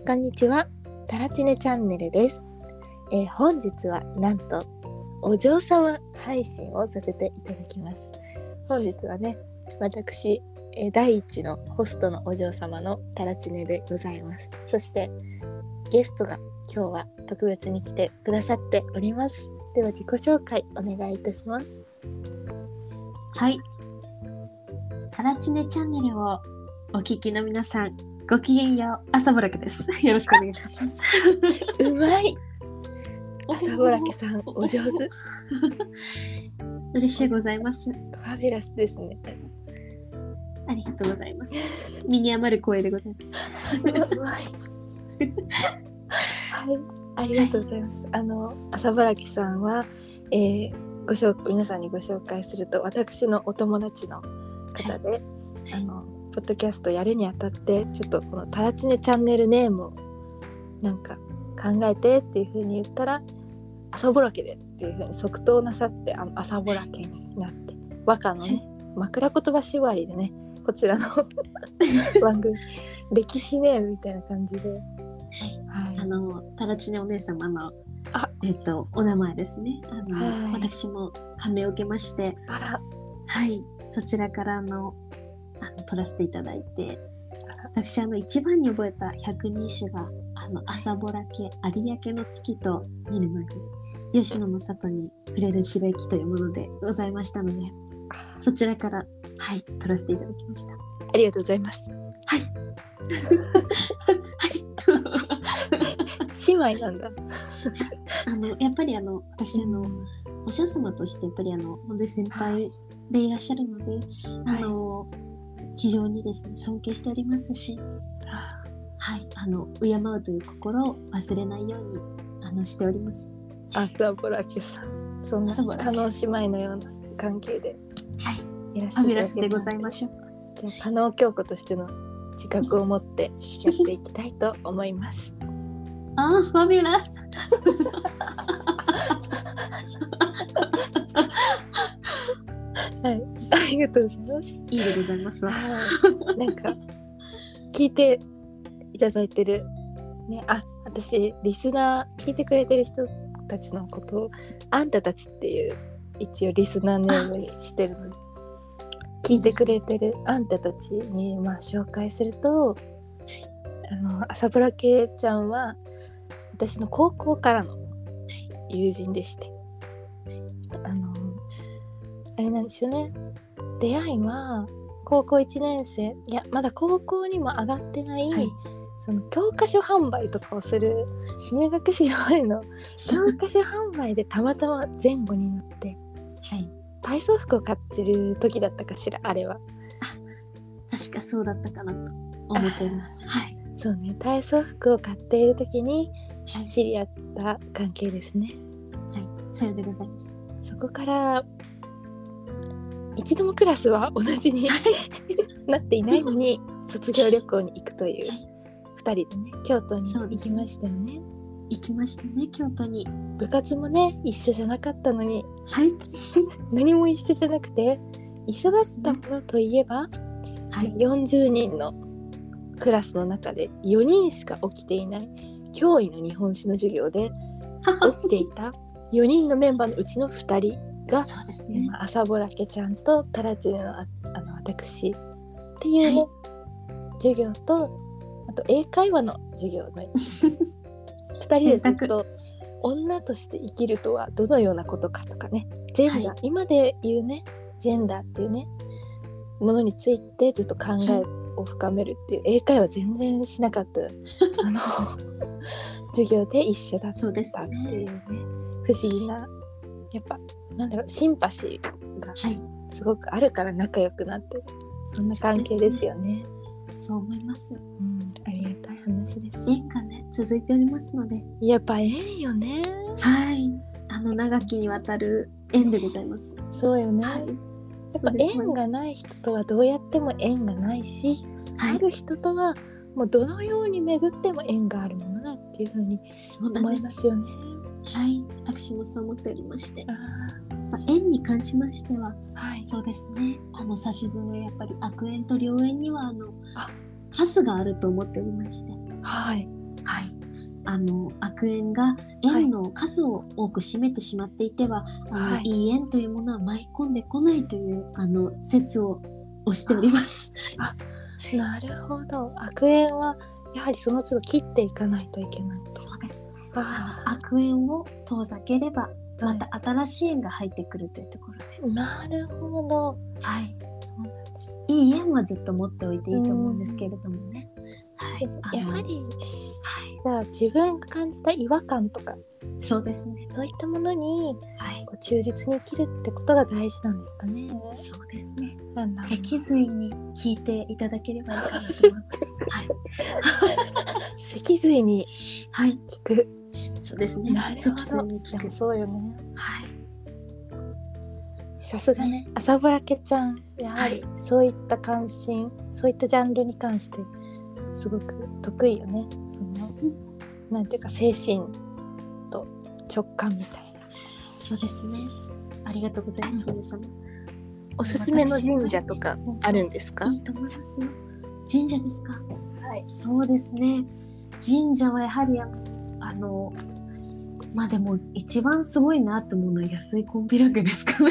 こんにちは、タラチネチャンネルです。本日はなんとお嬢様配信をさせていただきます。本日はね、私、第一のホストのお嬢様のタラチネでございます。そしてゲストが今日は特別に来てくださっております。では自己紹介お願いいたします。 はい、タラチネチャンネルをお聞きの皆さん、ごきげんよう、朝ぼらけです。よろしくお願いいたします。 うまい。朝ぼらけさんお上手。 嬉しいございます。 ファビュラスですね。 ありがとうございます。身に余る声でございます。 うまい。はい、ありがとうございます。朝ぼらけさんは、皆さんにご紹介すると、私のお友達の方で、ポッドキャストやるにあたって、ちょっとこのタラチネチャンネルネームをなんか考えてっていう風に言ったら、朝ぼらけでっていう風に即答なさって、朝ぼらけになって、和歌のね、枕言葉縛りでね、こちらの番組歴史ネームみたいな感じで、はい、 タラチネお姉様のお名前ですね。はい、私も感銘を受けまして、はい、そちらから取らせていただいて、私一番に覚えた百人一首が朝ぼらけ有明の月と見る前に吉野の里に触れる白雪というものでございましたので、そちらから取らせていただきました。 ありがとうございます。 はい姉妹なんだ。 やっぱり私お嬢様としてやっぱり本当に先輩でいらっしゃるので、非常にですね尊敬しておりますし、はい、敬うという心を忘れないようにしております。 朝ぼらけさん、そんな叶姉妹のような関係で、 いらっしゃるファビュラスでございましょう。 じゃあ叶京子としての自覚を持ってやっていきたいと思います。 ファビュラス。 はい、ありがとうございます。 いいでございます。 なんか聞いていただいてるね、私リスナー聞いてくれてる人たちのことをあんたたちっていう一応リスナーネームにしてるので、聞いてくれてるあんたたちに紹介すると、朝ぼらけちゃんは私の高校からの友人でして、あれなんですよね。出会いは高校1年生、いやまだ高校にも上がってない、その教科書販売とかをする入学式の前の教科書販売でたまたま前後になって、体操服を買ってる時だったかしら、あれは。 確かそうだったかなと思っております。 そうね、体操服を買っている時に知り合った関係ですね。 それでございます。そこから一度もクラスは同じになっていないのに卒業旅行に行くという2人でね、京都に行きましたよね。 行きましたね、京都に。 部活もね一緒じゃなかったのに、何も一緒じゃなくて、一緒だったものといえば、40人のクラスの中で4人しか起きていない驚異の日本史の授業で起きていた4人のメンバーのうちの2人が、 そうですね、 朝ぼらけちゃんとタラチネの私っていうね、授業と、あと英会話の授業の2人でずっと女として生きるとはどのようなことかとかね、ジェンダー、今で言うねジェンダーっていうねものについてずっと考えを深めるっていう、英会話全然しなかった授業で一緒だったっていうね、不思議な、やっぱシンパシーがすごくあるから仲良くなってる、そんな関係ですよね。 そう思います。 ありがたい話です。 縁がね続いておりますので、 やっぱ縁よね。 長きにわたる縁でございます。 そうよね。やっぱ縁がない人とはどうやっても縁がないし、ある人とはもうどのように巡っても縁があるものだっていうふうに思いますよね。 私もそう思っておりまして、縁に関しましては、そうですね、さしずめやっぱり悪縁と良縁には数があると思っておりまして、 はい、悪縁が縁の数を多く占めてしまっていては、はい、いい縁というものは舞い込んでこないという説を推しております。 なるほど。悪縁はやはりその都度切っていかないといけない。 そうですね。悪縁を遠ざければまた新しい縁が入ってくるというところで。 なるほど。 はい。そうなんです。いい縁はずっと持っておいていいと思うんですけれどもね。 はい。やはり、じゃあ自分が感じた違和感とか、 そうですね。 そういったものに、忠実に生きるってことが大事なんですかね。 そうですね。脊髄に聞いていただければいいかなと思います。はい。 脊髄に聞く。 そうですね。脊髄に聞く。 そうよね。はい。さすがね、朝ぼらけちゃん、やはりそういった関心、そういったジャンルに関してすごく得意よね。そのなんていうか精神と直感みたいな。 そうですね。ありがとうございます。 おすすめの神社とかあるんですか？ いいと思いますよ。神社ですか？はい。そうですね。神社はやはりまあでも一番すごいなと思うのは安井金比羅宮ですかね。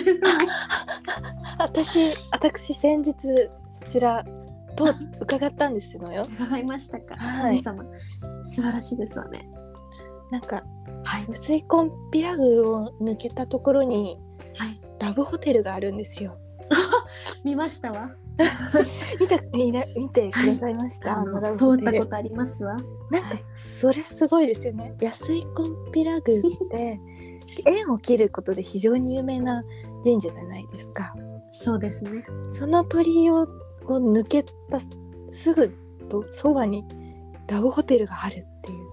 私先日そちらと伺ったんですよ。 伺いましたか。はい。様素晴らしいですわね。 なんか、安井金比羅宮を抜けたところに、ラブホテルがあるんですよ。 見ましたわ。 見てくださいました。 通ったことありますわ。 なんかそれすごいですよね。安井金比羅宮って縁を切ることで非常に有名な神社じゃないですか。 そうですね。 その鳥居を抜けたすぐとそばにラブホテルがあるっていう、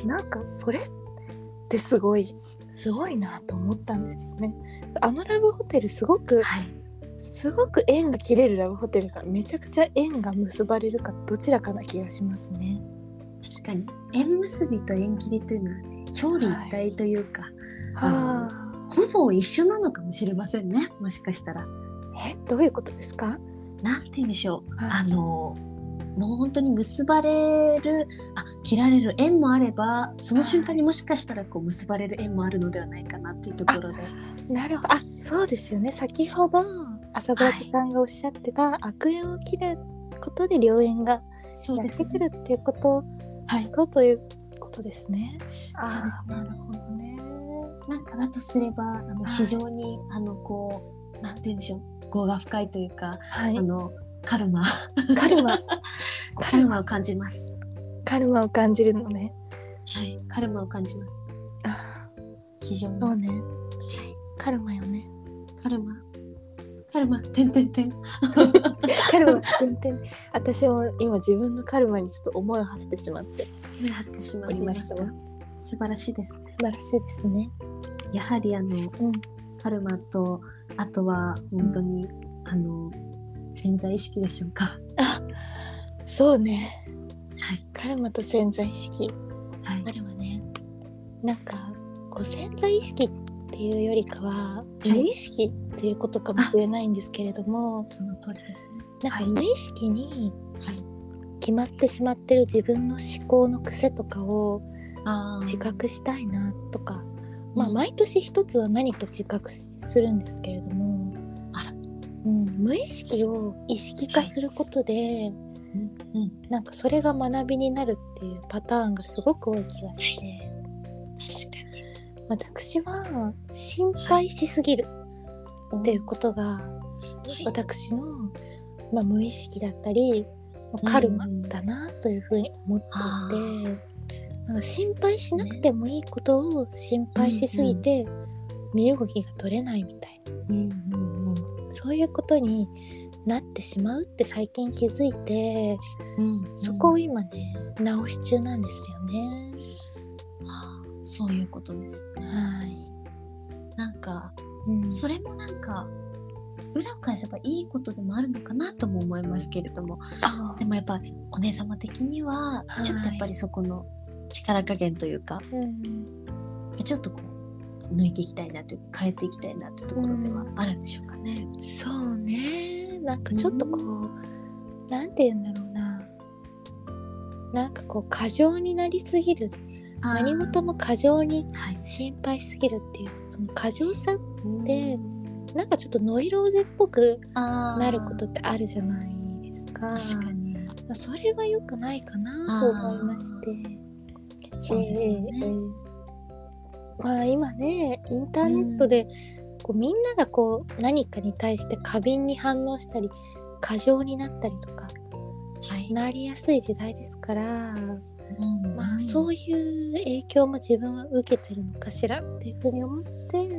なんかそれってすごいなと思ったんですよね。ラブホテルすごく縁が切れるラブホテルがめちゃくちゃ縁が結ばれるかどちらかな気がしますね。 確かに縁結びと縁切りというのは、表裏一体というか、ほぼ一緒なのかもしれませんね。もしかしたら。 どういうことですか？ なんて言うんでしょう。もう本当に結ばれる、切られる縁もあれば、その瞬間にもしかしたら結ばれる縁もあるのではないかなっていうところで。 なるほど。そうですよね。先ほど朝ぼらけさんがおっしゃってた、悪縁を切ることで良縁がやってくるっていうこと、ということですね。 そうですね。 なるほどね。 なんかだとすれば非常になんて言うんでしょう、業が深いというか、カルマを感じます。 カルマを感じるのね。 はい、カルマを感じます。非常に。 そうね。カルマよね。 カルマ。カルマ。カルマ。 私も今自分のカルマにちょっと思いを馳せてしまっておりましたわ。 素晴らしいです。 素晴らしいですね。 やはりカルマと、あとは本当に潜在意識でしょうか。 そうね。カルマと潜在意識。あれはね、なんか潜在意識っていうよりかは無意識っていうことかもしれないんですけれども、 その通りですね。 なんか無意識に決まってしまってる自分の思考の癖とかを自覚したいなとか、毎年一つは何か自覚するんですけれども、無意識を意識化することで、なんかそれが学びになるっていうパターンがすごく多い気がして、 確かに私は心配しすぎるっていうことが、私の、無意識だったりカルマだなというふうに思っていて、なんか心配しなくてもいいことを心配しすぎて身動きが取れないみたいな、そういうことになってしまうって最近気づいて、そこを今ね直し中なんですよね。 そういうことですね。なんか、それもなんか裏を返せばいいことでもあるのかなとも思いますけれども、でもやっぱお姉様的にはちょっとやっぱりそこの力加減というか、ちょっと抜いていきたいなというか変えていきたいなというところではあるんでしょうかね。 そうね。なんかちょっとなんて言うんだろうな。 なんかこう過剰になりすぎる、何事も過剰に心配しすぎるっていう、その過剰さってなんかちょっとノイローゼっぽくなることってあるじゃないですか。 確かに、 それは良くないかなと思いまして。 そうですよね。 今ねインターネットでこうみんながこう何かに対して過敏に反応したり過剰になったりとか、なりやすい時代ですから、そういう影響も自分は受けてるのかしらっていうふうに思って、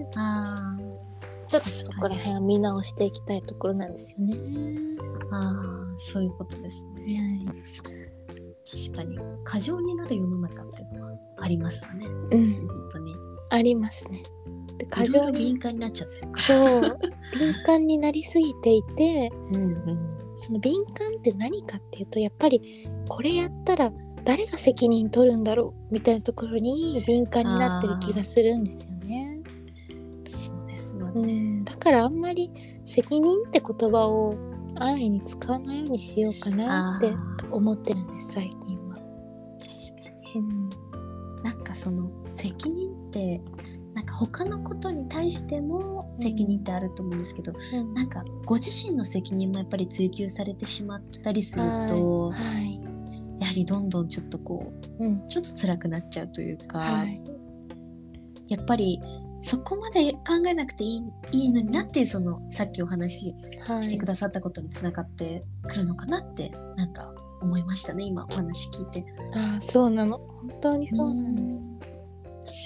ちょっとそこら辺は見直していきたいところなんですよね。 そういうことですね。確かに過剰になる世の中っていうのはありますよね。本当にありますね。で過剰に敏感になっちゃってるから。 そう敏感になりすぎていて、その敏感って何かっていうと、やっぱりこれやったら誰が責任取るんだろうみたいなところに敏感になってる気がするんですよね。 そうですよね。 だからあんまり責任って言葉を安易に使わないようにしようかなって思ってるんです、最近は。 確かに、なんかその責任ってなんか他のことに対しても責任ってあると思うんですけど、なんかご自身の責任もやっぱり追求されてしまったりすると、やはりどんどんちょっとこう、ちょっと辛くなっちゃうというか、やっぱりそこまで考えなくていいのになっていう、そのさっきお話ししてくださったことにつながってくるのかなってなんか思いましたね、今お話聞いて。 そうなの、本当にそうなんです。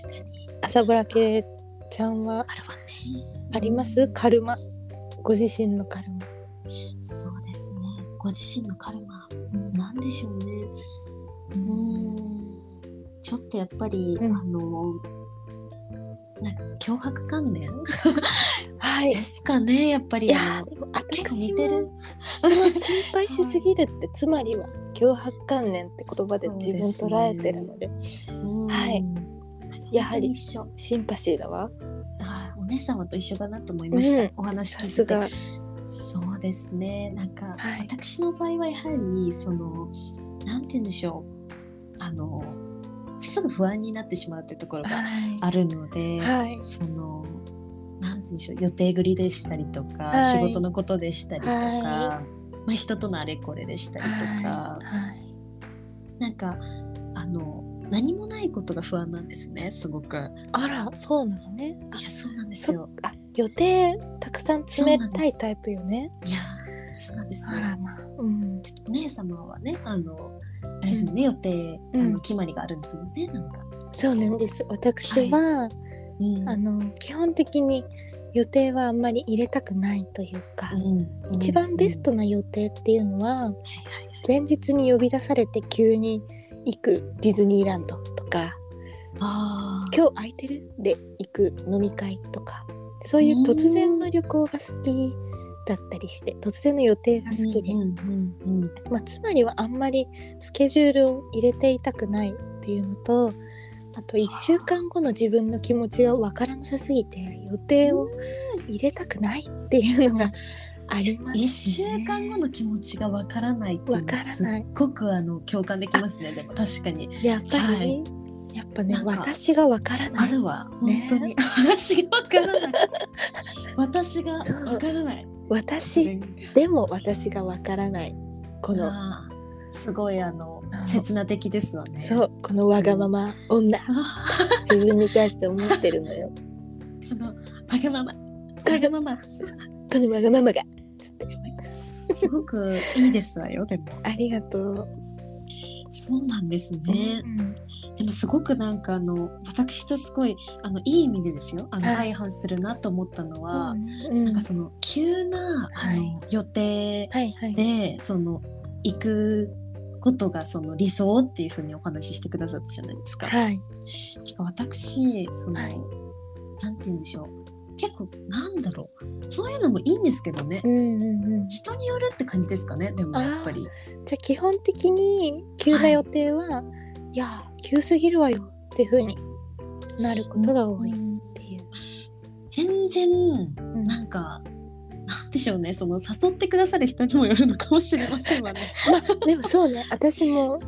確かに。 朝ぼらけちゃんはあります？カルマ、ご自身のカルマ。 そうですね、ご自身のカルマ、なんでしょうね。ちょっとやっぱり、なんか強迫観念ですかね、やっぱり。 でも結構似てる。心配しすぎるってつまりは強迫観念って言葉で自分捉えてるので、やはりシンパシーだわ。 お姉様と一緒だなと思いました、お話聞いてて。そうですね、なんか、私の場合はやはりそのなんて言うんでしょう、すぐ不安になってしまうというところがあるので、そのなんて言うんでしょう、予定繰りでしたりとか、仕事のことでしたりとか、人とのあれこれでしたりとか、なんか何もないことが不安なんですね、すごく。 あら、そうなのね。 いや、そうなんですよ。 予定たくさん詰めたいタイプよね。 いや、そうなんですよ。 ちょっとお姉様はね、あれですもんね、予定決まりがあるんですもんね、なんか。 そうなんです。私は、基本的に予定はあんまり入れたくないというか、一番ベストな予定っていうのは、前日に呼び出されて急に行くディズニーランドとか、今日空いてるで行く飲み会とか、そういう突然の旅行が好きだったりして、突然の予定が好きで、つまりはあんまりスケジュールを入れていたくないっていうのと、あと1週間後の自分の気持ちがわからなさすぎて予定を入れたくないっていうのがありますね。 1週間後の気持ちがわからないっていうのはすっごく共感できますね。でも確かにやっぱり、やっぱね、私がわからない。 あるわ、本当に、私がわからない。私がわからない。 でも私がわからない。このすごい刹那的ですわね。 そう、このわがまま女、自分に対して思ってるのよ。 このわがままこのわがままがすごくいいですわよ。でもありがとう。 そうなんですね。でもすごくなんか私とすごいいい意味でですよ、相反するなと思ったのは、なんかその急な予定でその行くことがその理想っていう風にお話ししてくださったじゃないですか。なんか私その、なんて言うんでしょう、結構なんだろう、そういうのもいいんですけどね、人によるって感じですかね。でもやっぱりじゃあ基本的に急な予定は、いや急すぎるわよっていう風になることが多いっていう、 全然なんか、なんでしょうね、その誘ってくださる人にもよるのかもしれませんわね。 でもそうね、私も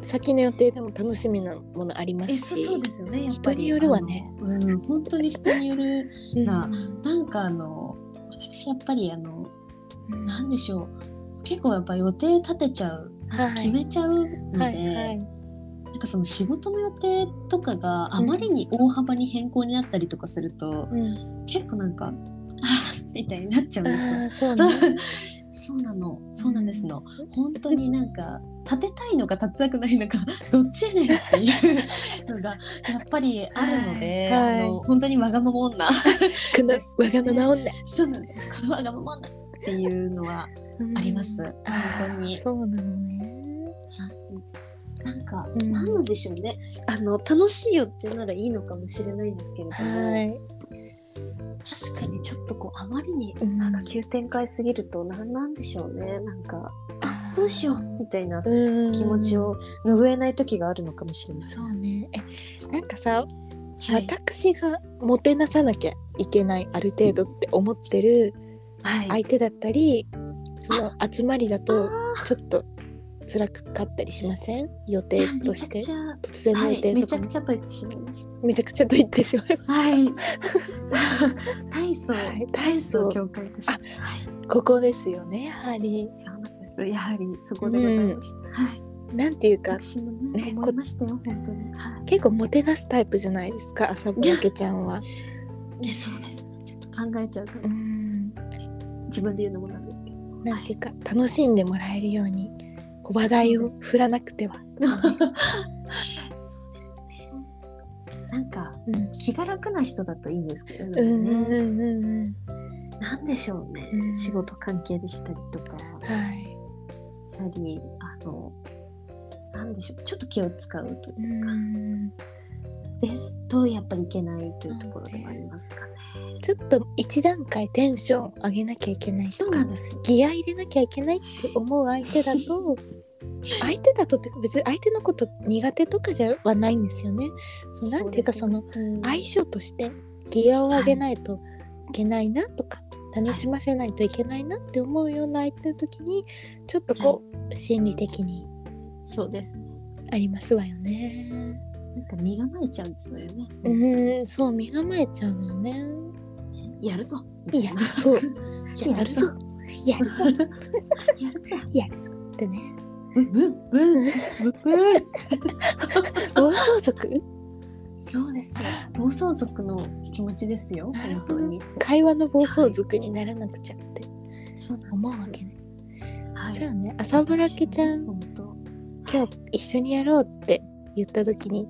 先の予定でも楽しみなものありますし、 そうですよね。やっぱり人によるわね。 本当に人によるな。なんか私やっぱりなんでしょう。結構やっぱ予定立てちゃう、決めちゃうので、なんかその仕事の予定とかがあまりに大幅に変更になったりとかすると、結構なんかみたいになっちゃうんですよ。そうなんですの。本当になんか立てたいのか立てたくないのかどっちやねんっていうのがやっぱりあるので、本当にわがまま女このわがまま女、 そうなんです。このわがまま女っていうのはあります。本当に。 そうなのね。 なんか、なんでしょうね。楽しいよってならいいのかもしれないんですけれども、確かにちょっとあまりになんか急展開すぎるとなんでしょうね。なんかどうしようみたいな気持ちを拭えない時があるのかもしれません。 そうね。なんかさ、私がもてなさなきゃいけないある程度って思ってる相手だったり、その集まりだとちょっと辛かったりしません？予定として突然の予定とか、 めちゃくちゃと言ってしまいました。 めちゃくちゃと言ってしまいました。 大層共感いたしました。 ここですよね、やはり。 そうなんです。やはりそこでございました。 なんていうか、 私もね、思いましたよ、本当に。 結構もてなすタイプじゃないですか、朝ぼやけちゃんは。 そうですね。ちょっと考えちゃうと自分で言うのもなんですけど。 なんていうか、楽しんでもらえるように話題を振らなくては。 そうですね。なんか、気が楽な人だといいんですけどね。なんでしょうね。仕事関係でしたりとか。やはりなんでしょう。ちょっと気を使うというか。ですとやっぱりいけないというところでもありますかね。 ちょっと一段階テンション上げなきゃいけないとか、ギア入れなきゃいけないって思う相手だとって別に相手のこと苦手とかじゃはないんですよね。なんていうか、その相性としてギアを上げないといけないなとか、楽しませないといけないなって思うような相手の時にちょっと心理的にそうですね、 ありますわよね。 なんか身構えちゃうんですよね。 そう、身構えちゃうのよね。 やるぞ。 やるぞ。やるぞ。やるぞ。 やるぞ。 やるぞってね。暴走族？ そうですよ。暴走族の気持ちですよ。本当に。 会話の暴走族にならなくちゃって思うわけね。じゃあね、朝ぼらけちゃん、今日一緒にやろうって言った時に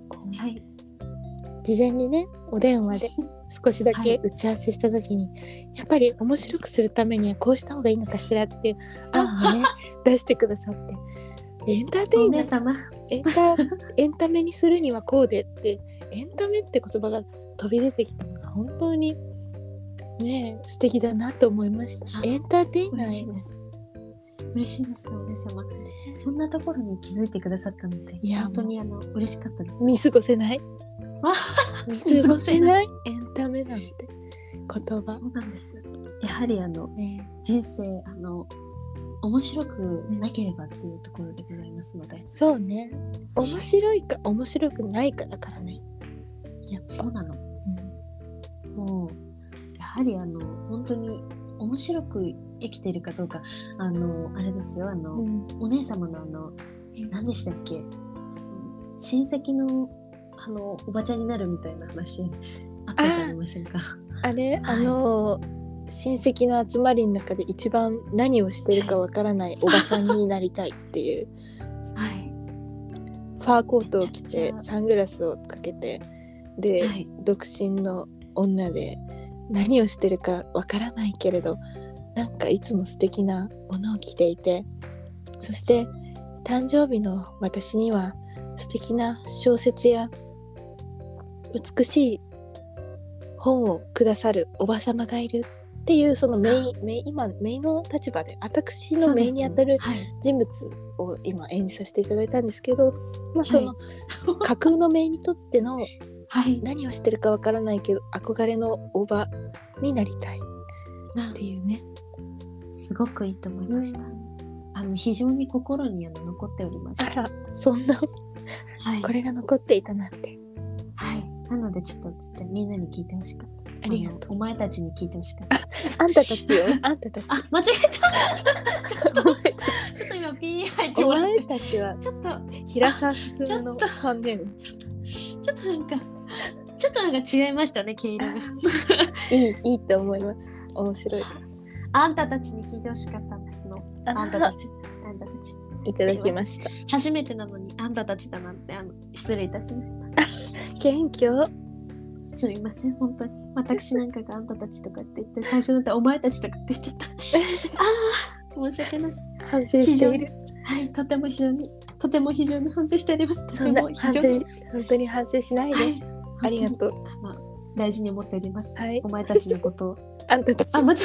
事前にね、お電話で少しだけ打ち合わせした時に、やっぱり面白くするためにはこうした方がいいのかしらっていう案をね出してくださって、エンターテイナー、エンタメにするにはこうでって、エンタメって言葉が飛び出てきたのが本当にね素敵だなと思いました。エンターテイナー、 嬉しいです。嬉しいです、お姉様。そんなところに気づいてくださったので、本当に嬉しかったです。 見過ごせない。見過ごせないエンタメなんて言葉。 そうなんです。やはり人生面白くなければっていうところでございますので。 そうね。面白いか面白くないかだからね。 やっぱそうなの。もうやはり本当に面白く生きているかどうか、あれですよ、お姉様の何でしたっけ、親戚のおばちゃんになるみたいな話あったじゃありませんか。 あれ、親戚の集まりの中で一番何をしてるかわからないおばさんになりたいっていう、ファーコートを着てサングラスをかけてで、独身の女で何をしてるかわからないけれど、なんかいつも素敵なものを着ていて、そして誕生日の私には素敵な小説や美しい本をくださるおばさまがいるっていう、その今メイの立場で私のメイにあたる人物を今演じさせていただいたんですけど、その架空のメイにとっての何をしてるかわからないけど憧れのおばになりたいっていうね。 すごくいいと思いました。 非常に心に残っておりまして。 あら、そんな、はい、これが残っていたなんて。 はい。なのでちょっとみんなに聞いてほしかった。 ありがとう。 お前たちに聞いてほしかった。 あんたたちよ。あんたたち。 あ、間違えた。ちょっと今ピー入ってもらって。 お前たちはちょっと平沢進のファンネーム。 ちょっとなんか違いましたね、毛色が。 いいと思います。面白い。 あんたたちに聞いてほしかったんですの。あんたたち。 いただきました。 初めてなのにあんたたちだなんて失礼いたしました。 謙虚。 すみません、本当に。私なんかがあんたたちとかって言って、最初だったらお前たちとかって言っちゃった。申し訳ない。 反省している。 はい、とても非常に反省しております。とても非常に本当に反省しないで。はい、ありがとう。 大事に思っております。 はい、 お前たちのことを。 あんたたち。 間違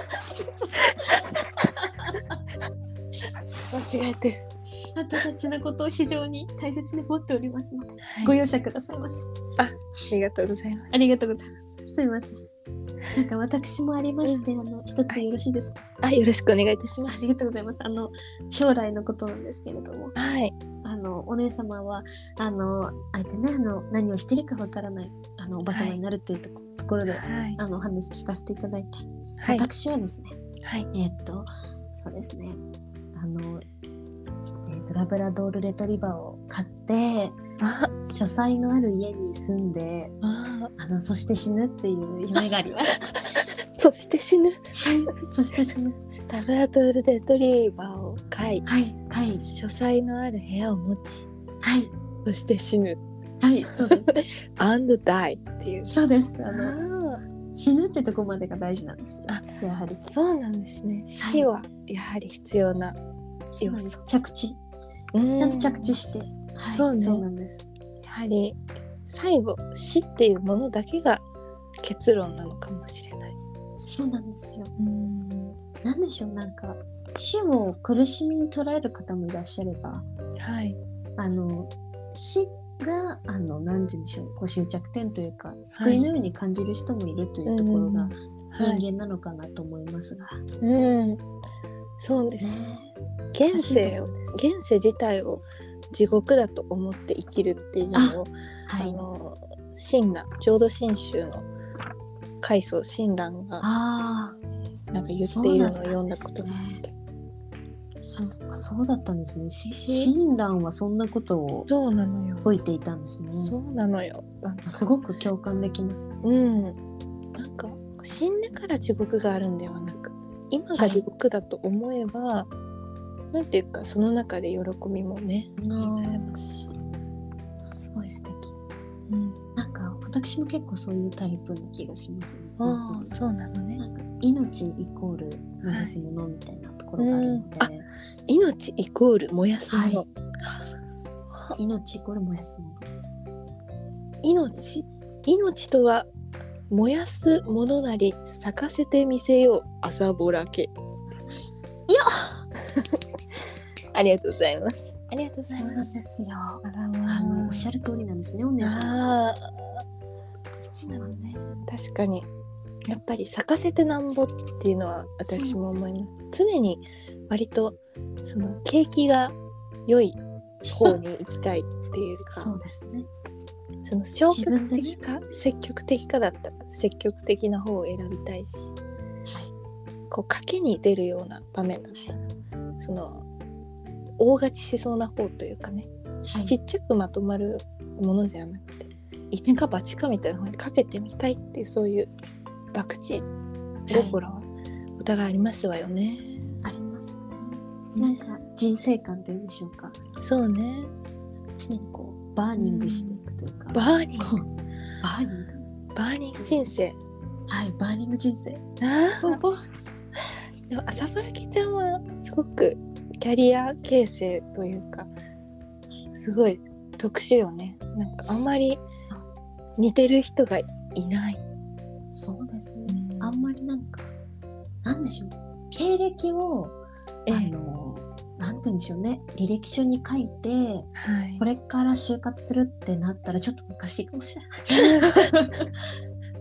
えてる。 あんたたちのことを非常に大切に思っておりますので、はい、ご容赦くださいませ。 ありがとうございます。 ありがとうございます。すみません。なんか私もありまして、一つよろしいですか？ よろしくお願いいたします。 ありがとうございます。将来のことなんですけれども、 はい。 お姉様はあえてね何をしてるかわからないおば様になるというところで、はい、お話聞かせていただいて、はい、私はですね、はい、そうですねラブラドールレトリバーを買って書斎のある家に住んでそして死ぬっていう夢がありますそして死ぬそして死ぬラブラドールレトリバーを飼い、 はい、 書斎のある部屋を持ち、 はい、 そして死ぬ、 はい、そうです and die っていう。 そうです。死ぬってとこまでが大事なんですよ。やはり。 そうなんですね。死はやはり必要な要素。着地。ちゃんと着地して。はい、そうね。そうなんです。 やはり最後死っていうものだけが結論なのかもしれない。 そうなんですよ。なんでしょう、なんか死を苦しみに捉える方もいらっしゃれば、はい、死がなんて言うんでしょう、終着点というか救いのように感じる人もいるというところが人間なのかなと思いますが、 そうですね。現世自体を地獄だと思って生きるっていうのを浄土真宗の開祖親鸞がなんか言っているのを読んだことがあって、 そうだったんですね。親鸞はそんなことを説いていたんですね。 そうなのよ。 すごく共感できますね。 なんか死んでから地獄があるんではなく、今が地獄だと思えば、なんていうかその中で喜びもね見出せますし、 すごい素敵。なんか私も結構そういうタイプの気がしますね。 そうなのね。 なんか命イコール燃やすものみたいなところがあるので、 命イコール燃やすもの、 そうです。命イコール燃やすもの。命とは燃やすものなり咲かせてみせよう朝ぼらけ。ありがとうございます。ありがとうございます。 ですよ。おっしゃる通りなんですね、お姉さん。 そうなんです。確かにやっぱり咲かせてなんぼっていうのは私も思います。常に割とその景気が良い方に行きたいっていうか、 そうですね。 その消極的か積極的かだったら積極的な方を選びたいし、こう賭けに出るような場面だったらその大勝ちしそうな方というかね、ちっちゃくまとまるものではなくて一か八かみたいな方にかけてみたいっていう、そういう博打心はお互いありますわよね。 ありますね。なんか人生観というんでしょうか。 そうね。 常にこうバーニングしていくというか。 バーニング人生。 はい、バーニング人生。 でも朝原希ちゃんはすごくキャリア形成というかすごい特殊よね。なんかあんまり似てる人がいない。 そうですね。あんまりなんでしょう。経歴をなんて言うんでしょうね。履歴書に書いて、これから就活するってなったらちょっと難しいかもしれない。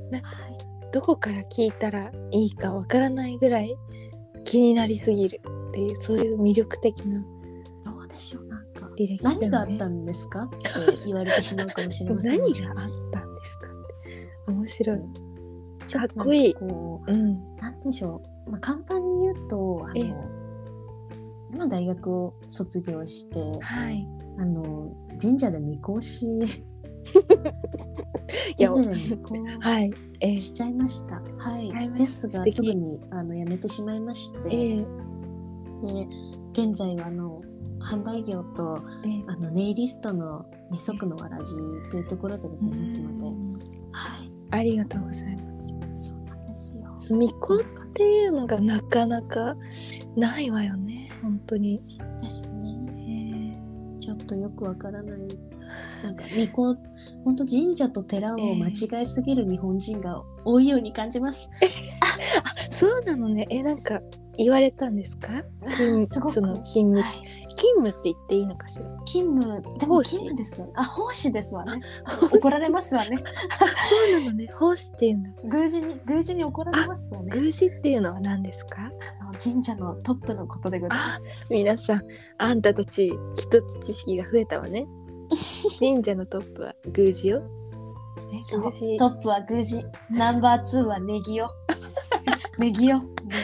どこから聞いたらいいかわからないぐらい気になりすぎる。 っていう、そういう魅力的などうでしょう、なんか履歴だよね。 何があったんですかって言われてしまうかもしれません何があったんですかって。面白い。かっこいい。 なんでしょう、簡単に言うと今大学を卒業して、はい、神社で巫女し神社で巫女しちゃいました。はい、ですがすぐに辞めてしまいまして、で現在は販売業と、ネイリストの二足のわらじというところでございますので、はい、ありがとうございます。 そうなんですよ。 巫女っていうのがなかなかないわよね、本当に。 そうですね。ちょっとよくわからない。なんか巫女、本当神社と寺を間違えすぎる日本人が多いように感じます。 そうなのね。なんか言われたんですか？ すごく勤務って言っていいのかしら。 勤務です。奉仕ですわね。怒られますわね。 そうなのね。奉仕っていうの。 宮司に怒られますわね。 宮司っていうのは何ですか？ 神社のトップのことでございます。 皆さん、あんたたち一つ知識が増えたわね。神社のトップは宮司よ。 そう、トップは宮司、ナンバー2はネギよ。ネギ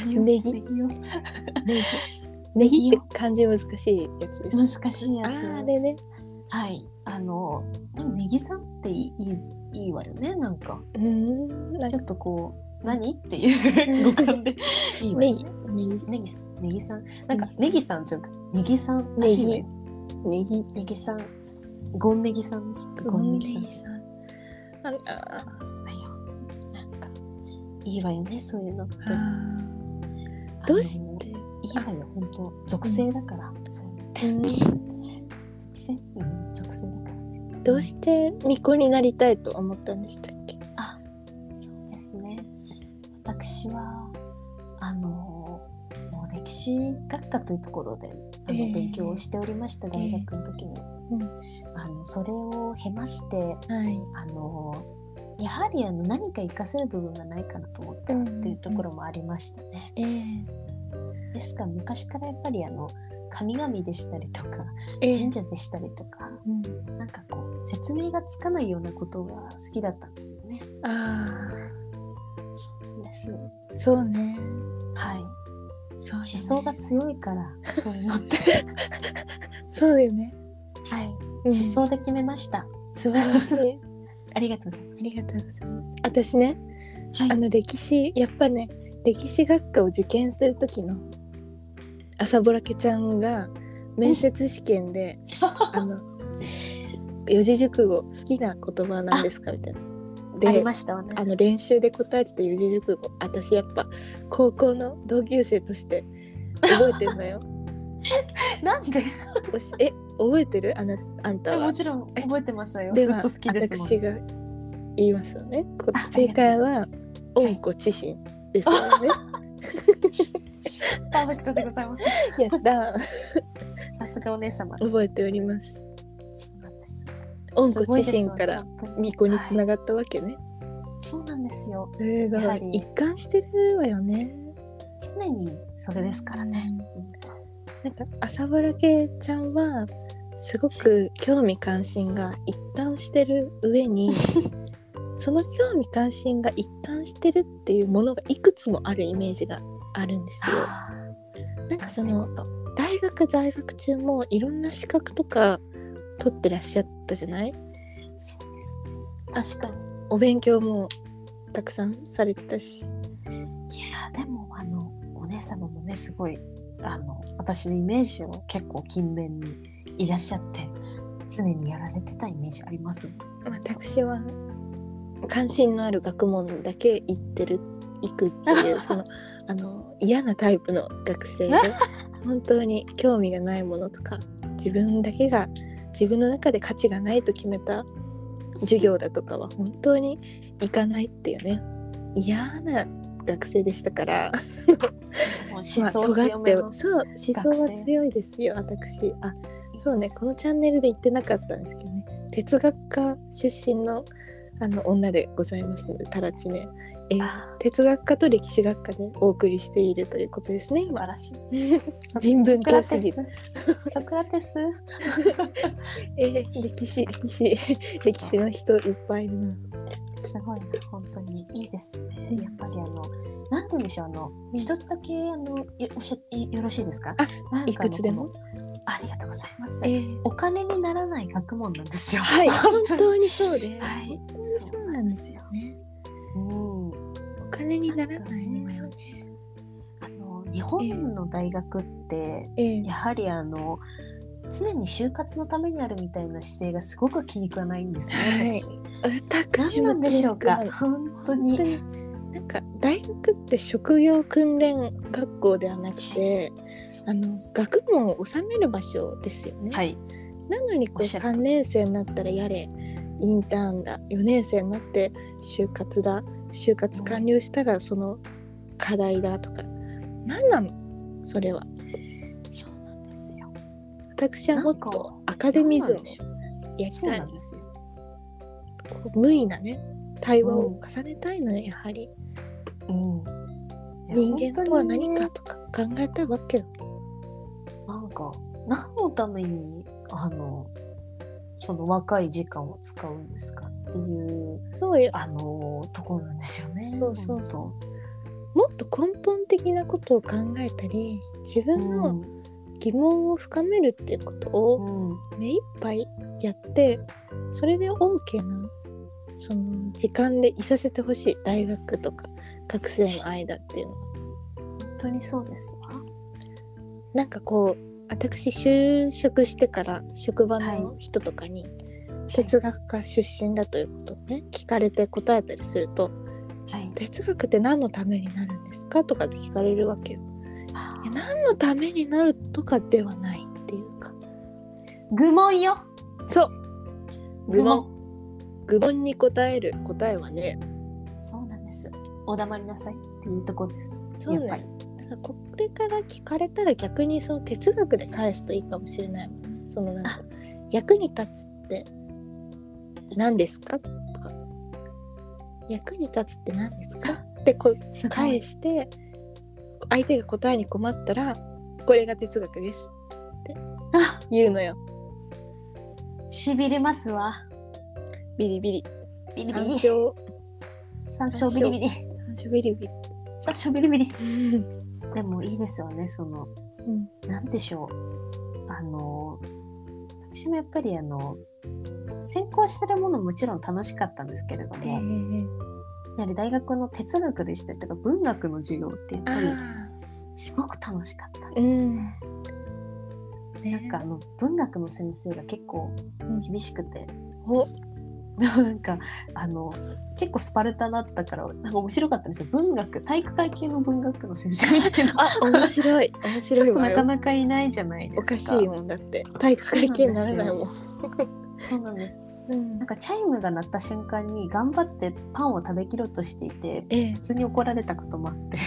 って漢字難しいやつです。 難しいやつ。あれね。 はい。でもネギさんっていいわよね、なんか。ちょっとこう何っていう語感でいいわよね。ネギさん。なんかネギさんじゃなくてネギさんらしいわよ。ネギさん。ゴンネギさんです。ゴンネギさん。なんかいいわよね、そういうのって。 どうしていいわよ、本当属性だから。属性だからね。 どうして巫女になりたいと思ったんでしたっけ？ そうですね。私はもう歴史学科というところで勉強をしておりました、大学の時に。それを経まして、やはり何か活かせる部分がないかなと思ったっていうところもありましたね。ですから昔からやっぱり神々でしたりとか、神社でしたりとか、なんかこう説明がつかないようなことが好きだったんですよね。そうなんです。 そうね。 はい。思想が強いからそういうのってそうよね。 はい。思想で決めました。 素晴らしい。 ありがとうございます。 ありがとうございます。私ね、歴史やっぱね、歴史学科を受験する時の朝ぼらけちゃんが面接試験で四字熟語好きな言葉なんですかみたいな。 ありましたわね。 練習で答えてた四字熟語、私やっぱ高校の同級生として覚えてるのよ。 なんで？ 覚えてる？あんたは。 もちろん覚えてますよ。ずっと好きですもん。 私が言いますよね。正解は温故知新ですよね。 パーフェクトでございます。 やった。 さすがお姉様。 覚えております。 そうなんです。 温故知新から巫女につながったわけね。 そうなんですよ。 やはり一貫してるわよね。 常にそれですからね。 なんか朝ぼらけちゃんはすごく興味関心が一貫してる上にその興味関心が一貫してるっていうものがいくつもあるイメージがあるんですよ。なんか大学在学中もいろんな資格とか取ってらっしゃったじゃない？ そうですね。確かに。 お勉強もたくさんされてたし。 いやでもお姉様もねすごい私のイメージを結構勤勉にいらっしゃって常にやられてたイメージあります。 私は関心のある学問だけ行くっていう嫌なタイプの学生で本当に興味がないものとか自分だけが自分の中で価値がないと決めた授業だとかは本当に行かないっていうね嫌な学生でしたから思想強めのそう思想は強いですよ私。そうね、このチャンネルで言ってなかったんですけどね、哲学科出身の女でございますので、タラチネ哲学科と歴史学科でお送りしているということですね。 素晴らしい。 人文教師ソクラテス歴史の人いっぱいいるな。 すごいな、本当にいいですね。やっぱりなんて言うんでしょう、一つだけおっしゃってよろしいですか？ いくつでも。 ありがとうございます。お金にならない学問なんですよ。 はい、本当にそうで、 はい、 そうなんですよね。お金にならないのよね。 日本の大学って、やはり常に就活のためにあるみたいな姿勢がすごく気に食わないんですね。 私何なんでしょうか。本当になんか大学って職業訓練学校ではなくて、学問を収める場所ですよね。 はい。 なのに3年生になったらやれインターンだ、4年生になって就活だ、就活完了したらその課題だとか、何なのそれは。 そうなんですよ。 私はもっとアカデミズムをやりたい。無意なね対話を重ねたいのよ、やはり。人間とは何かとか考えたいわけよ。 なんか何のためにその若い時間を使うんですかっていうところなんですよね。 そうもっと根本的なことを考えたり、自分の疑問を深めるっていうことを目いっぱいやって、それで OK なその時間でいさせてほしい、大学とか学生の間っていうのは。 本当にそうですわ。 なんか私就職してから職場の人とかに、哲学科出身だということをね聞かれて答えたりすると、哲学って何のためになるんですかとかって聞かれるわけよ。何のためになるとかではないっていうか、 愚問よ。 そう愚問に答える答えはね、 そうなんです。お黙りなさいっていうところです。 そうね。だからこれから聞かれたら逆にその哲学で返すといいかもしれないもんね。そのなんか役に立つって何ですかとか、役に立つって何ですかって返して、相手が答えに困ったらこれが哲学ですって言うのよ。 しびれますわ。 ビリビリ。 山椒ビリビリ。山椒ビリビリ。でもいいですよね、なんでしょう。私もやっぱり専攻してるものもちろん楽しかったんですけれども、やはり大学の哲学でしたりとか文学の授業ってやっぱりすごく楽しかったですね。なんか文学の先生が結構厳しくて、でもなんか結構スパルタだったからなんか面白かったんですよ。体育会系の文学の先生みたいな。 面白いちょっとなかなかいないじゃないですか。 おかしいもんだって、体育会系にならないもん。 そうなんです。なんかチャイムが鳴った瞬間に頑張ってパンを食べきろうとしていて、普通に怒られたこともあって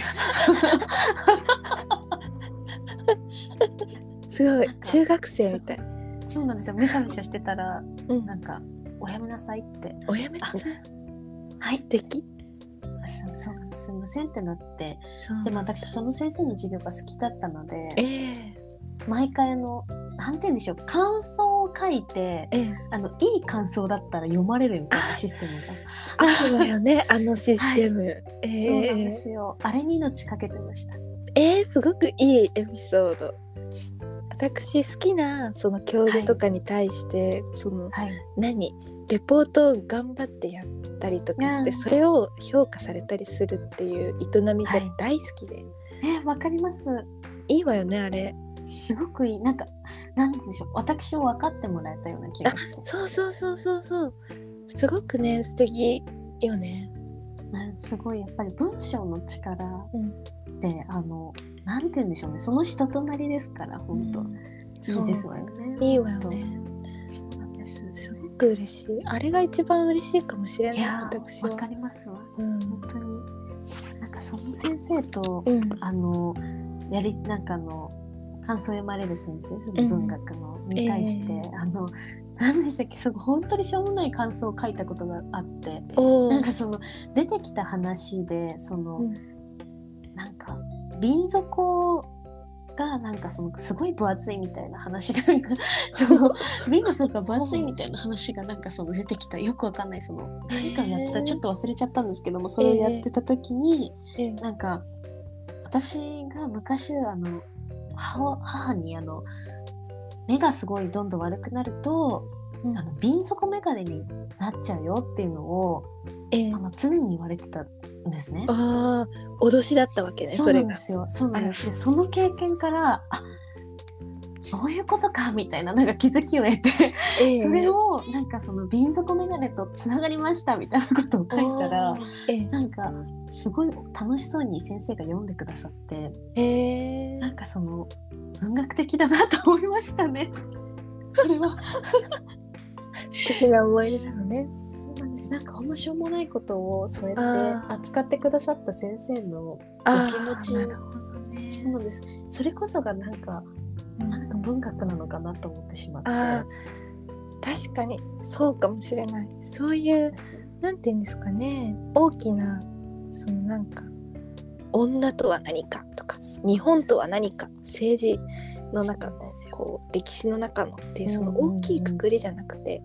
すごい中学生みたい。 そうなんですよ。めしゃめしゃしてたら、なんかおやめなさいって。 おやめなさい。 はい。そうなんです。すみませんってなって、でも私その先生の授業が好きだったので、毎回なんて言うんでしょう、感想を書いて、いい感想だったら読まれるみたいなシステムがあるわよね、システム。 そうなんですよ。あれに命かけてました。 すごくいいエピソード。私好きなその教授とかに対して、レポートを頑張ってやったりとかして、それを評価されたりするっていう営みが大好きで。 わかります。 いいわよね、あれ。 すごくいい。なんて言うんでしょう、私を分かってもらえたような気がして。 そうすごくね、素敵よね。 すごいやっぱり文章の力で、なんて言うんでしょうね、その人となりですから、本当、いいですわよね。 いいわよね。 そうなんです。 すごく嬉しい。あれが一番嬉しいかもしれない。私はわかりますわ。本当になんかその先生と、なんか感想読まれる先生、その文学のに対して、なん何でしたっけ、本当にしょうもない感想を書いたことがあって、なんか出てきた話でなんか瓶底がなんかすごい分厚いみたいな話が瓶の底が分厚いみたいな話がなんか出てきた、よくわかんない何かやってた、ちょっと忘れちゃったんですけども、それをやってた時に、なんか私が昔母に目がすごいどんどん悪くなると、瓶底眼鏡になっちゃうよっていうのを、常に言われてたんですね。 ああ、脅しだったわけね。 そうなんですよ。そうなんです。でその経験から、そういうことかみたいな、なんか気づきを得て、それをなんか瓶底眼鏡とつながりましたみたいなことを書いたら、なんかすごい楽しそうに先生が読んでくださって、なんか文学的だなと思いましたね。それは素敵な思い出なのね。 そうなんです。なんかほんのしょうもないことをそうやって扱ってくださった先生のお気持ち、 なるほどね、 そうなんです。それこそがなんか文学なのかなと思ってしまって。 確かにそうかもしれない。そういうなんていうんですかね、大きななんか女とは何かとか、日本とは何か、政治の中の歴史の中のっていう大きいくくりじゃなくて、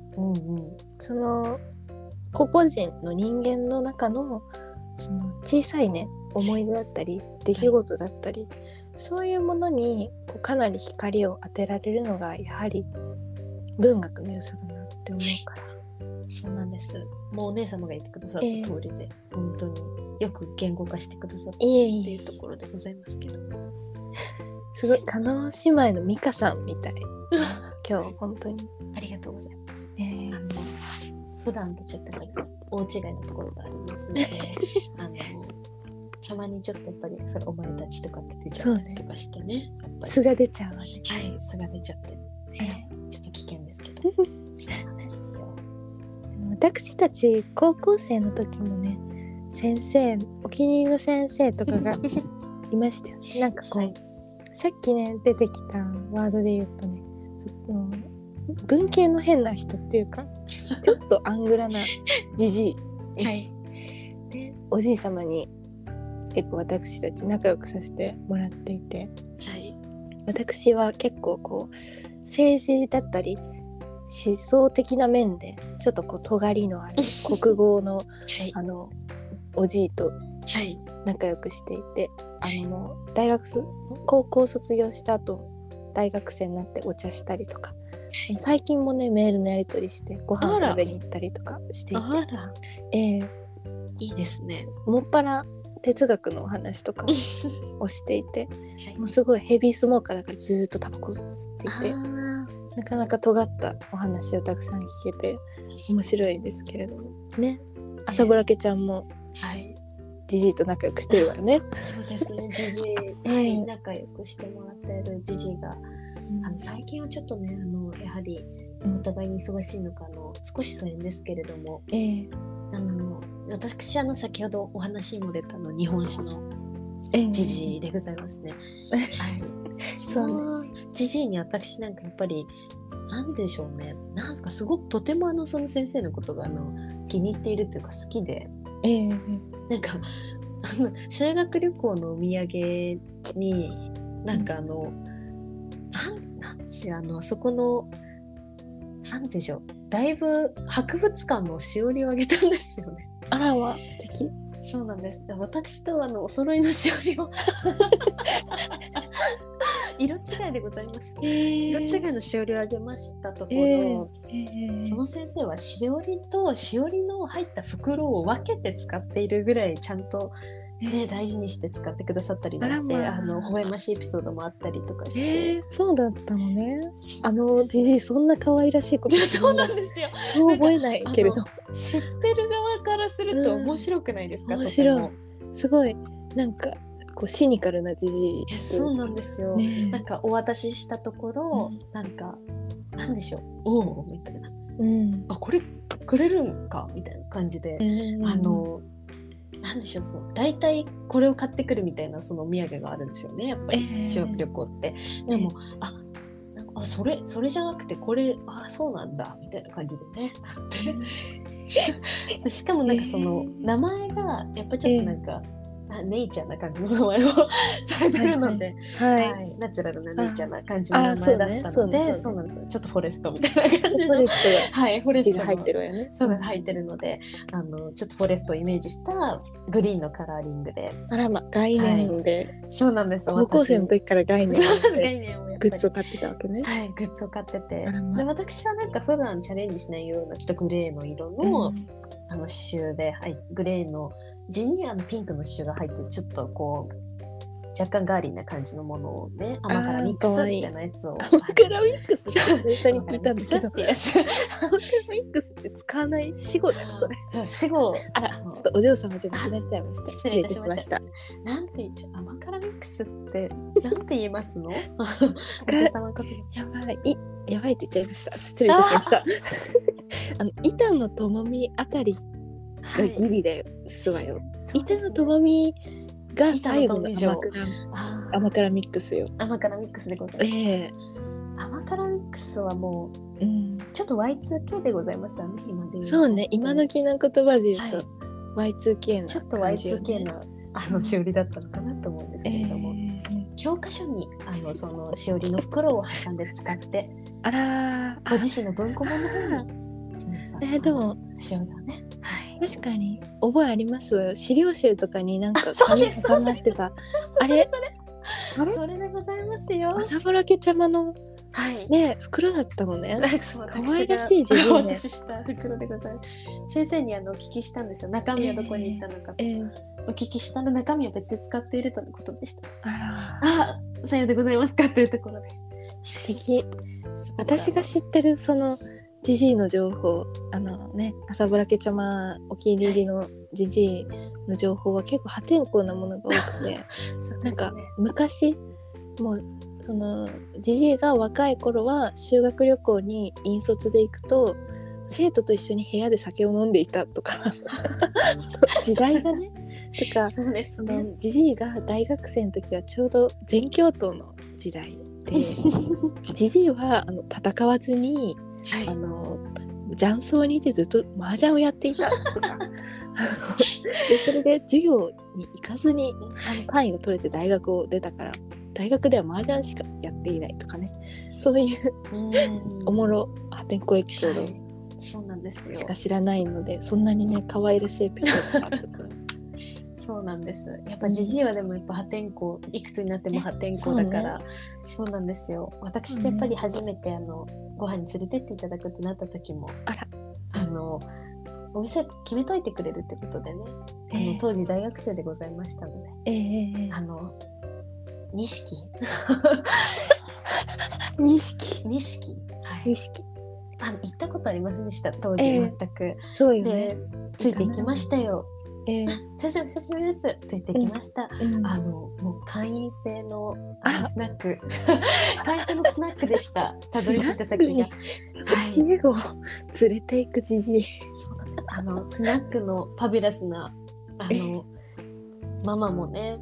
個々人の人間の中の小さいね思い出だったり出来事だったり、そういうものにかなり光を当てられるのがやはり文学の良さだなって思うから。 そうなんです。もうお姉様が言ってくださった通りで、本当によく言語化してくださったっていうところでございますけど、 すごい叶姉妹の美香さんみたい今日本当にありがとうございます。普段とちょっと大違いのところがありますのでたまにちょっとやっぱりお前たちとかって出ちゃったりとかしてね、やっぱり素が出ちゃうわね。 はい、素が出ちゃって、ちょっと危険ですけどそうなんですよ。 私たち高校生の時もね、先生、お気に入りの先生とかがいましたよね。なんかさっきね出てきたワードで言うとね、文系の変な人っていうかちょっとアングラなじじい、でおじい様に結構私たち仲良くさせてもらっていて、私は結構政治だったり思想的な面でちょっと尖りのある国語の、おじいと仲良くしていて、高校卒業した後大学生になってお茶したりとか、最近もねメールのやり取りしてご飯食べに行ったりとかしていて、 いいですね。 もっぱら哲学のお話とかをしていてもうすごいヘビースモーカーだからずっとタバコ吸っていて、なかなか尖ったお話をたくさん聞けて面白いんですけれどもね。朝ぼらけちゃんもジジイと仲良くしてるわよね。 そうですね、ジジイ、仲良くしてもらってるジジイが、最近はちょっとねやはりお互いに忙しいのか少し疎遠ですけれども、私先ほどお話にも出た日本史のジジイでございますね。そうジジイに私なんかやっぱりなんでしょうね、なんかすごくとてもその先生のことが気に入っているというか好きで、なんか修学旅行のお土産になんかなんしそこのなんでしょう、だいぶ博物館のしおりをあげたんですよね。 あらわ素敵。 そうなんです。私とお揃いのしおりを色違いでございます。色違いのしおりをあげましたところ、その先生はしおりとしおりの入った袋を分けて使っているぐらいちゃんと、大事にして使ってくださったりなんて、微笑ましいエピソードもあったりとかして、 そうだったのね。ジジイそんな可愛らしいことそうなんですよ。 そう覚えないけれど知ってる側からすると面白くないですか？ 面白い。すごいなんかシニカルなジジイ。 そうなんですよ、なんかお渡ししたところ、なんかなんでしょう、おおみたいな、これくれるんかみたいな感じで、なんでしょう、大体これを買ってくるみたいなそのお土産があるんですよね、やっぱり修学旅行って。でもそれじゃなくてこれそうなんだみたいな感じでねでしかもなんかその名前がやっぱりちょっとなんか、ネイチャーな感じの名前をされてるので、はいナチュラルなネイチャーな感じの名前だったので、そうなんです。ちょっとフォレストみたいな感じのフォレストが入ってるわよね。そうなん入ってるので、ちょっとフォレストをイメージしたグリーンのカラーリングで、 概念で、 そうなんです。 高校生の時から概念をグッズを買ってたわけね。 はい、グッズを買ってて、で私はなんか普段チャレンジしないようなちょっとグレーの色の、刺繍で、グレーの地にピンクの刺繍が入ってちょっとこう若干ガーリーな感じのものをね、甘辛ミックスみたいなやつを甘辛ミックスって最初に聞いたんだけど、甘辛ミックスって使わない死語だよそれ。死語。ちょっとお嬢様じゃなくなっちゃいました。失礼いたしました。 なんて言っちゃう、甘辛ミックスってなんて言いますの？お嬢様こと。 やばいって言っちゃいました。失礼いたしました。板野友美あたりがギリですわよ。板野友美が最後の甘辛ミックスよ。 甘辛ミックスでございます。甘辛ミックスはもう、ちょっと Y2K でございますよね、今で。 そうね、今時の言葉で言うと、Y2K な、 ちょっと Y2K なしおりだったのかなと思うんですけれども、教科書にそのしおりの袋を挟んで使って、ご自身の文庫本の方にでもしおりをね。 確かに覚えありますわよ。資料集とかになんか紙挟まってた。 あれそれでございますよ。 朝ぼらけちゃまのね袋だったのね。可愛らしい字ね。私した袋でございます。先生にお聞きしたんですよ。中身はどこに行ったのかと。お聞きしたら中身は別で使っているとのことでした。さようでございますかというところで。 素敵。私が知ってるそのジジイの情報、朝ぼらけちゃまお気に入りのジジイの情報は結構破天荒なものが多くて、なんか昔もうそのジジイが若い頃は修学旅行に引率で行くと生徒と一緒に部屋で酒を飲んでいたとか時代がねとか、そのジジイが大学生の時はちょうど全教頭の時代でジジイは戦わずに雀荘にいてずっと麻雀をやっていたとかでそれで授業に行かずに単位が取れて大学を出たから大学では麻雀しかやっていないとかね、そういうおもろ破天荒エピソードそうなんですよ。 知らないので、そんなにね可愛らしいエピソードがあったとそうなんです。やっぱジジイはでもやっぱ破天荒、いくつになっても破天荒だから、そうなんですよ。私やっぱり初めてご飯に連れてっていただくってなった時も、お店決めといてくれるってことでね、当時大学生でございましたので、錦行ったことありませんでした当時、全く。 そうよね。 ついていきましたよ。先生お久しぶりです。ついてきました。もう会員制のスナック会員制のスナックでした。たどり着いた先が英語を連れていくじじい。 そうなんです。スナックのファビュラスなママもね、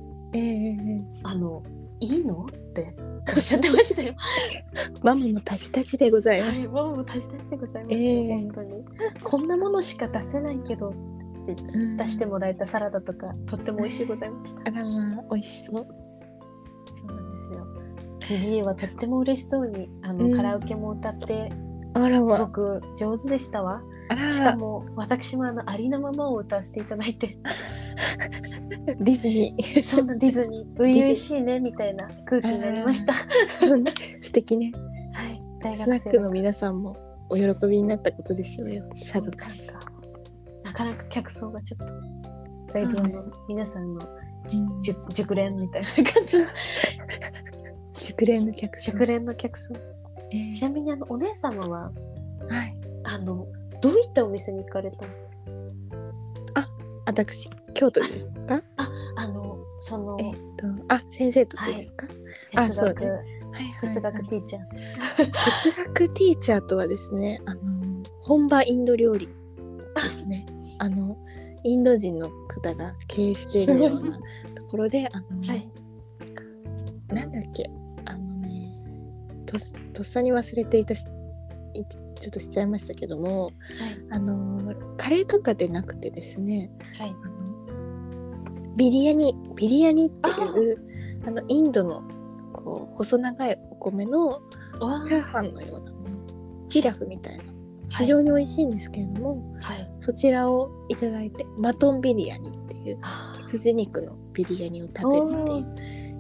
いいのっておっしゃってましたよ。 ママもタジタジでございます。 ママもタジタジでございますよ、本当に。こんなものしか出せないけど出してもらえたサラダとかとっても美味しいございました。 あらまあ美味しそう。 そうなんですよ。ジジイはとっても嬉しそうにカラオケも歌ってすごく上手でしたわ。しかも私もありのままを歌わせていただいてディズニーそんなディズニー初々しいねみたいな空気になりました。 素敵ね。 はい、大学生スナックの皆さんもお喜びになったことでしょうよ。さぞかしなかなか客層がちょっとだいぶ皆さんの熟練みたいな感じの熟練の客層。ちなみにお姉様は、どういったお店に行かれたの？ 私京都ですか？先生とですか？ 哲学ティーチャー。 哲学ティーチャーとはですね、本場インド料理ですね。インド人の方が経営しているようなところで、なんだっけ、 とっさに忘れていたちょっとしちゃいましたけども、カレーとかでなくてですね、ビリヤニっていうインドのこう細長いお米のチャーハンのようなもの、ピラフみたいな非常に美味しいんですけれども、そちらをいただいて、マトンビリヤニっていう羊肉のビリヤニを食べるっていう、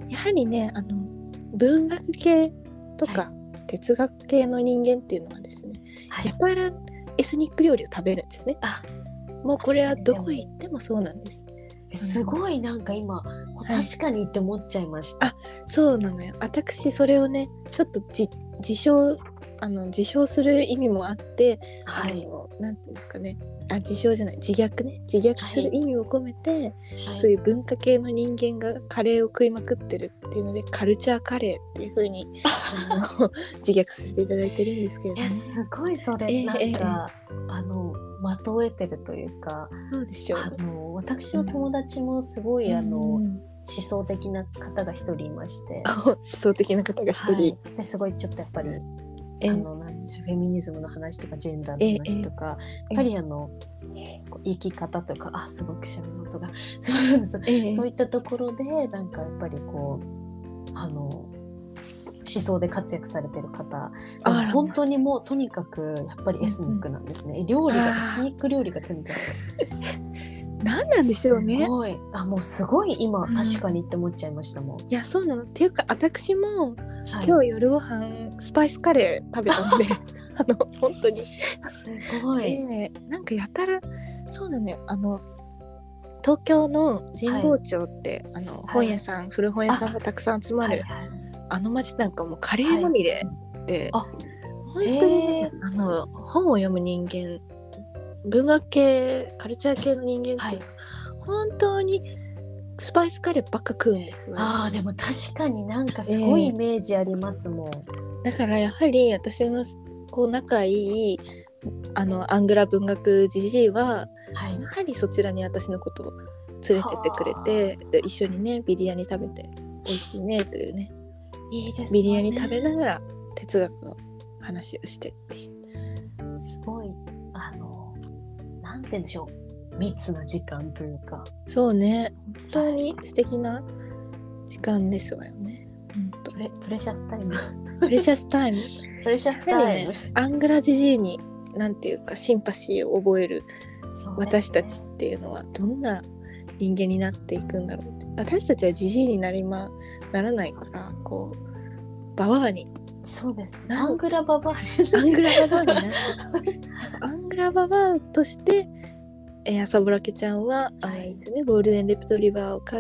やはりね文学系とか哲学系の人間っていうのはですね、やたらエスニック料理を食べるんですね。もうこれはどこへ行ってもそうなんです。 すごいなんか今、確かにって思っちゃいました。 そうなのよ。私それをねちょっと自称する意味もあって、なんていうんですかね、自称じゃない、自虐する意味を込めて、そういう文化系の人間がカレーを食いまくってるっていうので、カルチャーカレーっていう風に自虐させていただいてるんですけれども、 すごいそれ、なんか的を得てるというか、 そうでしょう。 私の友達もすごい思想的な方が一人いまして、 思想的な方が一人、 ですごいちょっとやっぱりなんでしょう、フェミニズムの話とかジェンダーの話とか、やっぱり生き方とか、すごく知らんことがそういったところでなんかやっぱりこう思想で活躍されてる方、本当にもうとにかくやっぱりエスニックなんですね。料理がエスニック料理がとにかく何なんでしょうね。 すごいもうすごい今、確かにって思っちゃいましたもん。 いやそうなのっていうか、私も、今日夜ご飯スパイスカレー食べたので本当にすごい、 なんかやたらそうなのよ。東京の神保町って、本屋さん、古本屋さんがたくさん集まる町なんかもカレーまみれで、本当にね、本を読む人間、文学系カルチャー系の人間っていうのは、本当にスパイスカレーばっか食うんですよ。 でも確かになんかすごいイメージありますもん。 だからやはり私のこう仲いいアングラ文学じじいは、やはりそちらに私のことを連れてってくれて、一緒にねビリヤニ食べて美味しいねというね、 いいですね、 ビリヤニ食べながら哲学の話をしてっていう、 すごいなんて言うんでしょう、密な時間というか、 そうね、本当に素敵な時間ですわよね。 プレシャスタイムプレシャスタイムプレシャスタイム、 アングラジジイになんていうかシンパシーを覚える私たちっていうのはどんな人間になっていくんだろうって。私たちはジジイにならないから、こうババアに、 そうです、アングラババアアングラババアになるアングラババアとして朝ぼらけちゃんはですね、ゴールデンレプトリバーを飼って、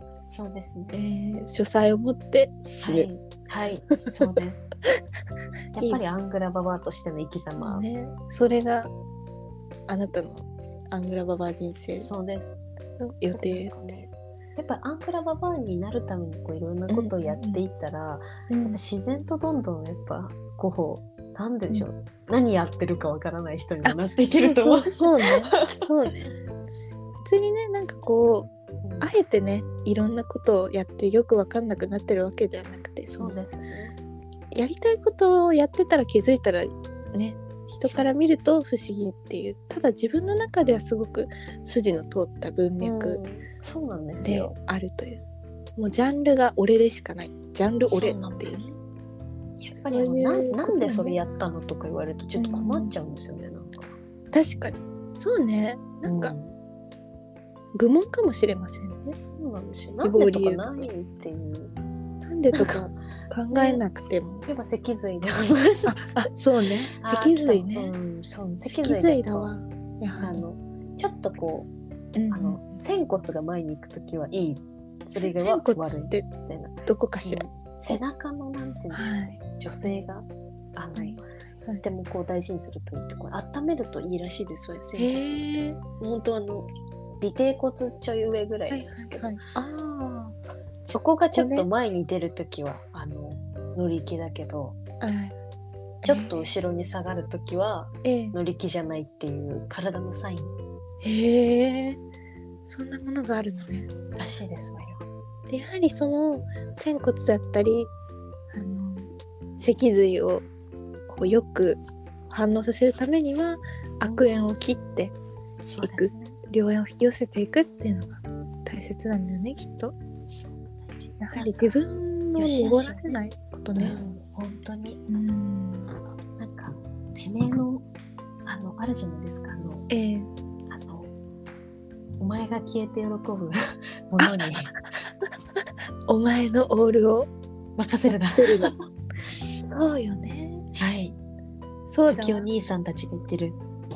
そうですね、 書斎を持って死ぬ、 そうですやっぱりアングラババアとしての生き様、 ね、それがあなたのアングラババア人生そうですの予定ね。やっぱアングラババアになるためにこういろんなことをやっていったら、やっぱ自然とどんどんやっぱこうなんでしょう、何やってるかわからない人にもなっていけると思うし、 そうね普通にね、なんかこうあえてねいろんなことをやってよくわかんなくなってるわけではなくて、 そうですね、 やりたいことをやってたら気づいたらね、人から見ると不思議っていう、ただ自分の中ではすごく筋の通った文脈そうなんですでよ、 あるという、もうジャンルが俺でしかない、ジャンル俺っていうね。 やっぱりなんでそれやったのとか言われるとちょっと困っちゃうんですよね、なんか。 確かにそうね、なんか、愚問かもしれませんね。 そうなんですよ。なんでとかないっていう。 なんでとか考えなくても。 やっぱ脊髄でそうね。脊髄ね。 そう脊髄だわ。やはりちょっとこう、仙骨が前に行くときはいい。それが仙骨ってどこかしら。 背中のなんていうんでしょうね。女性がでもこう大事にするといいってこう温めるといいらしいです。そういう仙骨。本当尾てい骨ちょい上ぐらいなんですけど、そこがちょっと前に出るときは乗り気だけど、ちょっと後ろに下がるときは乗り気じゃないっていう体のサイン。 そんなものがあるのね。 らしいですわよ。 でやはりその仙骨だったり脊髄をこうよく反応させるためには悪縁を切っていく、良縁を引き寄せていくっていうのが大切なんだよね、きっと。 そうやはり自分の濁らせないことね。 本当に。なんかてめえのあるじゃないですか、お前が消えて喜ぶものにお前のオールを任せるな。 そうよね。 はい。 そうだ。 時お兄さんたちが言ってる。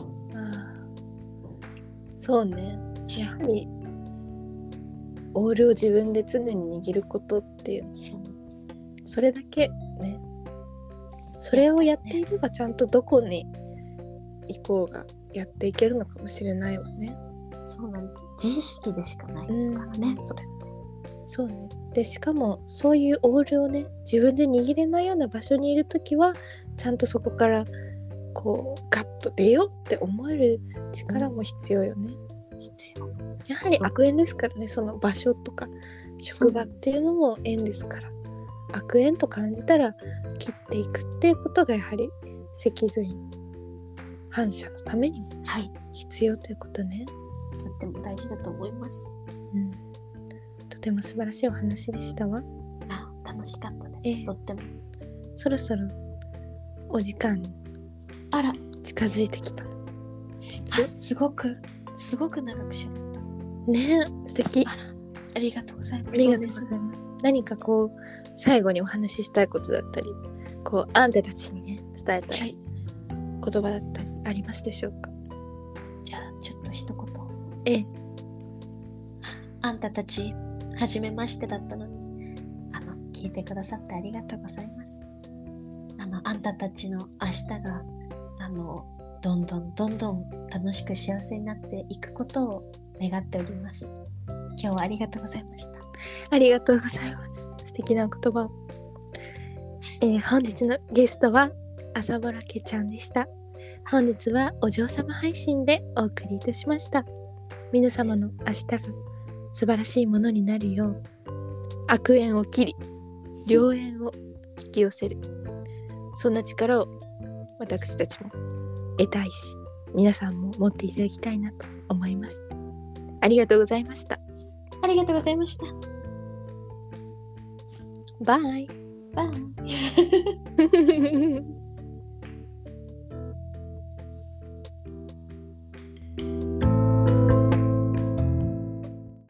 そうね。やはりオールを自分で常に握ることっていう、 そうなんですね。 それだけね。それをやっていればちゃんとどこに行こうがやっていけるのかもしれないわね。 そうなんです。自意識でしかないですからね、それって。 そうね。でしかもそういうオールをね、自分で握れないような場所にいるときはちゃんとそこからこうガッと出ようって思える力も必要よね。 必要。 やはり悪縁ですからね、その場所とか職場っていうのも縁ですから、悪縁と感じたら切っていくっていうことがやはり脊髄反射のためにも必要ということね。 とっても大事だと思います。 とても素晴らしいお話でしたわ。 楽しかったです。とっても。 そろそろお時間に近づいてきた。 すごく長くしゃべったね。素敵。 ありがとうございます。 ありがとうございます。何かこう最後にお話ししたいことだったり、こうあんたたちにね伝えたい言葉だったりありますでしょうか。 じゃあちょっと一言。あんたたち初めましてだったのに聞いてくださってありがとうございます。あんたたちの明日がどんどん楽しく幸せになっていくことを願っております。今日はありがとうございました。 ありがとうございます。素敵な言葉を。本日のゲストは朝ぼらけちゃんでした。本日はお嬢様配信でお送りいたしました。皆様の明日が素晴らしいものになるよう、悪縁を切り良縁を引き寄せる、そんな力を私たちも得たいし、皆さんも持っていただきたいなと思います。ありがとうございました。 ありがとうございました。 バイ。 バイ。